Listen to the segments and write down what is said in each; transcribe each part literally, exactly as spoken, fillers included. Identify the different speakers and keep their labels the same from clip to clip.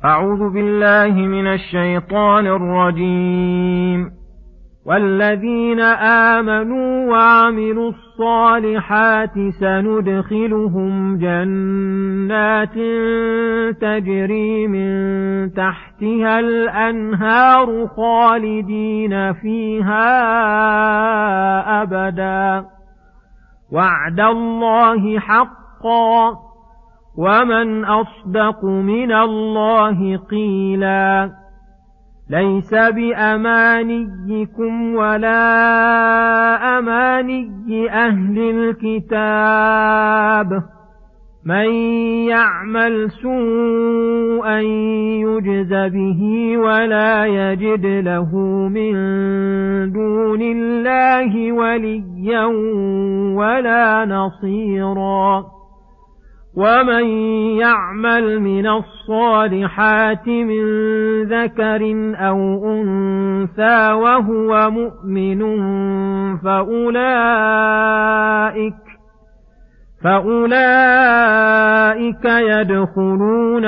Speaker 1: أعوذ بالله من الشيطان الرجيم. والذين آمنوا وعملوا الصالحات سندخلهم جنات تجري من تحتها الأنهار خالدين فيها أبدا وعد الله حقا ومن أصدق من الله قيلا. ليس بأمانيكم ولا أماني أهل الكتاب من يعمل سوءا يجز به ولا يجد له من دون الله وليا ولا نصيرا. ومن يعمل من الصالحات من ذكر أو أنثى وهو مؤمن فأولئك, فأولئك يدخلون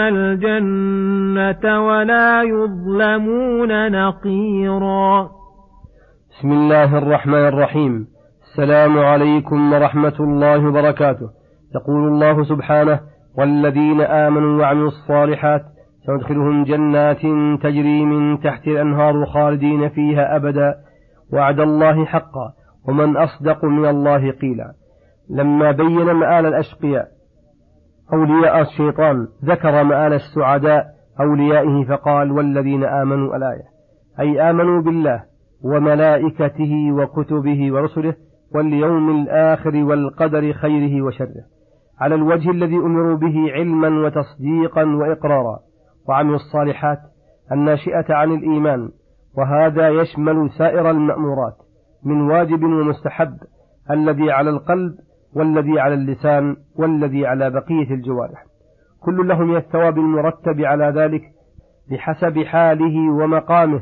Speaker 1: الجنة ولا يظلمون نقيرا.
Speaker 2: بسم الله الرحمن الرحيم. السلام عليكم ورحمة الله وبركاته. يقول الله سبحانه: والذين آمنوا وعملوا الصالحات سندخلهم جنات تجري من تحت الأنهار خالدين فيها أبدا وعد الله حقا ومن أصدق من الله قيلا. لما بين مآل الأشقياء أولياء الشيطان ذكر مآل السعداء أوليائه فقال: والذين آمنوا الآية، أي آمنوا بالله وملائكته وكتبه ورسله واليوم الآخر والقدر خيره وشره على الوجه الذي أمروا به علما وتصديقا وإقرارا، وعملوا الصالحات الناشئة عن الإيمان، وهذا يشمل سائر المأمورات من واجب ومستحب الذي على القلب والذي على اللسان والذي على بقية الجوارح، كل له من الثواب المرتب على ذلك بحسب حاله ومقامه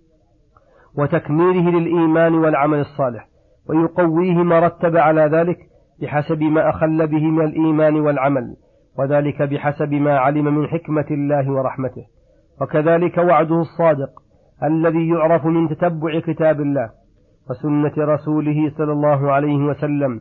Speaker 2: وتكميله للإيمان والعمل الصالح، ويقويه ما رتب على ذلك بحسب ما أخل به من الإيمان والعمل، وذلك بحسب ما علم من حكمة الله ورحمته. وكذلك وعده الصادق الذي يعرف من تتبع كتاب الله وسنة رسوله صلى الله عليه وسلم،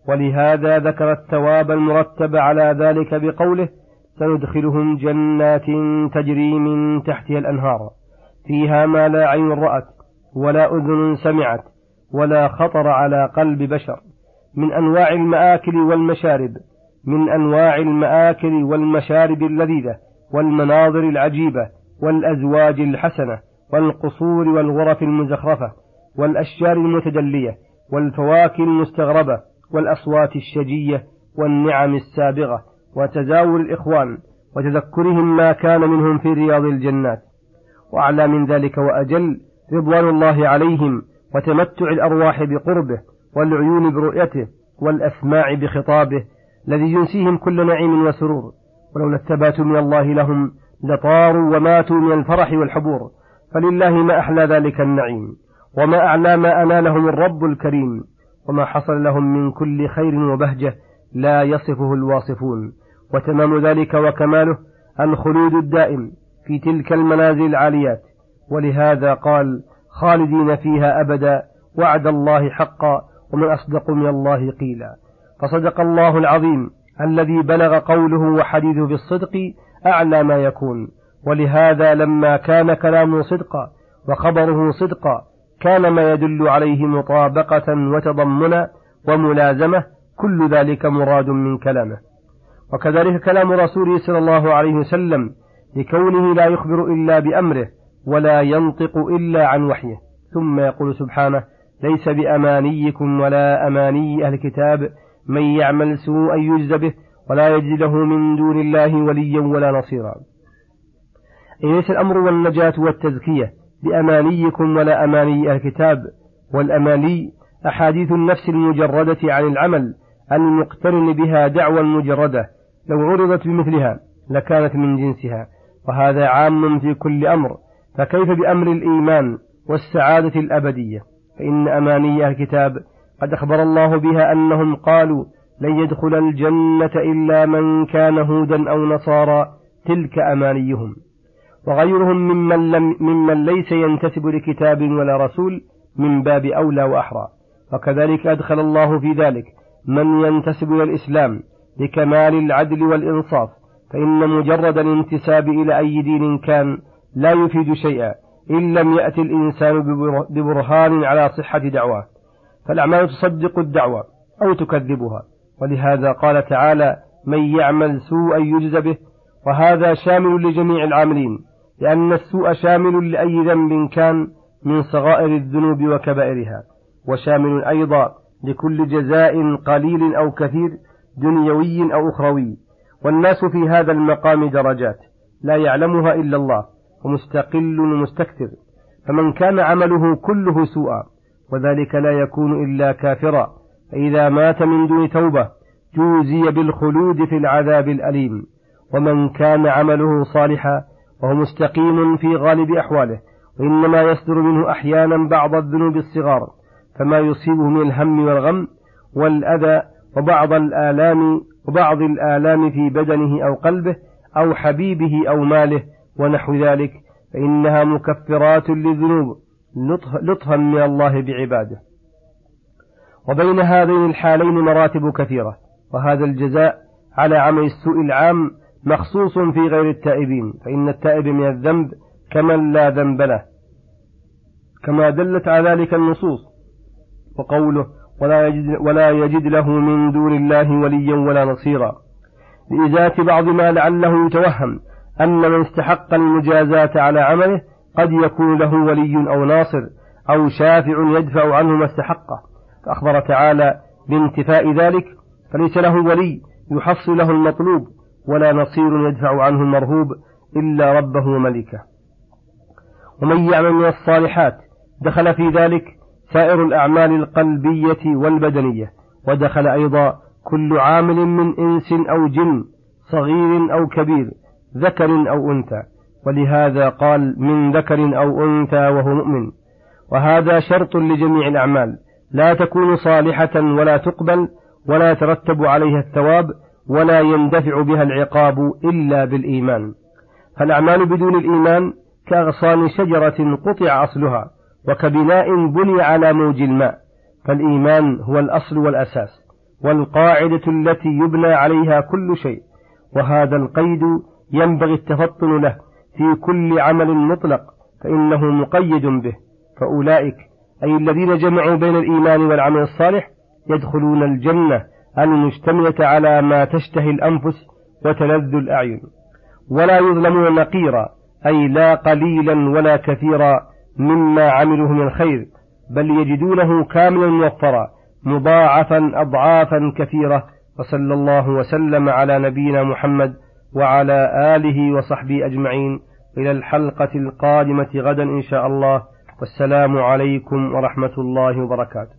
Speaker 2: ولهذا ذكر الثواب المرتب على ذلك بقوله: سندخلهم جنات تجري من تحتها الأنهار فيها ما لا عين رأت ولا أذن سمعت ولا خطر على قلب بشر، من أنواع المآكل والمشارب من أنواع المآكل والمشارب اللذيذة والمناظر العجيبة والأزواج الحسنة والقصور والغرف المزخرفة والأشجار المتدلية والفواكه المستغربة والأصوات الشجية والنعم السابغة وتزاور الإخوان وتذكرهم ما كان منهم في رياض الجنات. وأعلى من ذلك وأجل رضوان الله عليهم وتمتع الأرواح بقربه والعيون برؤيته والأسماع بخطابه الذي ينسيهم كل نعيم وسرور، ولولا الثبات من الله لهم لطاروا وماتوا من الفرح والحبور، فلله ما أحلى ذلك النعيم وما أعلى ما أنالهم الرب الكريم، وما حصل لهم من كل خير وبهجة لا يصفه الواصفون، وتمام ذلك وكماله الخلود الدائم في تلك المنازل العاليات. ولهذا قال: خالدين فيها أبدا وعد الله حقا ومن أصدق من الله قيلا. فصدق الله العظيم الذي بلغ قوله وحديثه بالصدق أعلى ما يكون، ولهذا لما كان كلامه صدقا وخبره صدقا كان ما يدل عليه مطابقة وتضمنا وملازمة، كل ذلك مراد من كلامه. وكذلك كلام رسوله صلى الله عليه وسلم لكونه لا يخبر إلا بأمره ولا ينطق إلا عن وحيه. ثم يقول سبحانه: ليس بأمانيكم ولا أماني أهل الكتاب من يعمل سوءا يجز به ولا يجد له من دون الله وليا ولا نصيرا. ليس الأمر والنجاة والتزكية بأمانيكم ولا أماني أهل الكتاب، والأماني أحاديث النفس المجردة عن العمل المقترن بها دعوى مجردة لو عرضت بمثلها لكانت من جنسها، وهذا عام في كل أمر، فكيف بأمر الإيمان والسعادة الأبدية؟ فإن أماني أهل الكتاب قد أخبر الله بها أنهم قالوا لن يدخل الجنة إلا من كان هودا أو نصارى، تلك أمانيهم. وغيرهم ممن, لم ممن ليس ينتسب لكتاب ولا رسول من باب أولى وأحرى. وكذلك أدخل الله في ذلك من ينتسب إلى الإسلام لكمال العدل والإنصاف، فإن مجرد الانتساب إلى أي دين كان لا يفيد شيئا إن لم يأتي الإنسان ببرهان على صحة دعواه، فالأعمال تصدق الدعوة أو تكذبها. ولهذا قال تعالى: من يعمل سوءا يجز به، وهذا شامل لجميع العاملين، لأن السوء شامل لأي ذنب كان من صغائر الذنوب وكبائرها، وشامل أيضا لكل جزاء قليل أو كثير دنيوي أو أخروي. والناس في هذا المقام درجات لا يعلمها إلا الله، ومستقل ومستكثر، فمن كان عمله كله سوءا وذلك لا يكون إلا كافرا، فإذا مات من دون توبة جوزي بالخلود في العذاب الأليم. ومن كان عمله صالحا وهو مستقيم في غالب أحواله، وإنما يصدر منه أحيانا بعض الذنوب الصغار، فما يصيبه من الهم والغم والأذى وبعض الآلام وبعض الآلام في بدنه أو قلبه أو حبيبه أو ماله ونحو ذلك، فإنها مكفرات للذنوب لطفا من الله بعباده. وبين هذين الحالين مراتب كثيرة، وهذا الجزاء على عمل السوء العام مخصوص في غير التائبين، فإن التائب من الذنب كمن لا ذنب له، كما دلت على ذلك النصوص، وقوله: ولا يجد, ولا يجد له من دون الله وليا ولا نصيرا، لإزالة بعض ما لعله يتوهم أن من استحق المجازاة على عمله قد يكون له ولي أو ناصر أو شافع يدفع عنه ما استحقه، فأخبر تعالى بانتفاء ذلك، فليس له ولي يحصل له المطلوب ولا نصير يدفع عنه المرهوب إلا ربه وملكه. ومن يعمل من الصالحات دخل في ذلك سائر الأعمال القلبية والبدنية، ودخل أيضا كل عامل من إنس أو جن صغير أو كبير ذكر أو أنثى، ولهذا قال: من ذكر أو أنثى وهو مؤمن. وهذا شرط لجميع الأعمال، لا تكون صالحة ولا تقبل ولا يترتب عليها الثواب ولا يندفع بها العقاب إلا بالإيمان. فالأعمال بدون الإيمان كأغصان شجرة قطع أصلها، وكبناء بني على موج الماء، فالإيمان هو الأصل والأساس والقاعدة التي يبنى عليها كل شيء، وهذا القيد ينبغي التفطن له في كل عمل مطلق، فإنه مقيد به. فأولئك أي الذين جمعوا بين الإيمان والعمل الصالح يدخلون الجنة المشتملة على ما تشتهي الأنفس وتلذ الأعين، ولا يظلمون نقيرا، أي لا قليلا ولا كثيرا مما عملوه من الخير، بل يجدونه كاملا موفرا مضاعفا أضعافا كثيرة. وصلى الله وسلم على نبينا محمد وعلى آله وصحبه أجمعين، إلى الحلقة القادمة غدا إن شاء الله، والسلام عليكم ورحمة الله وبركاته.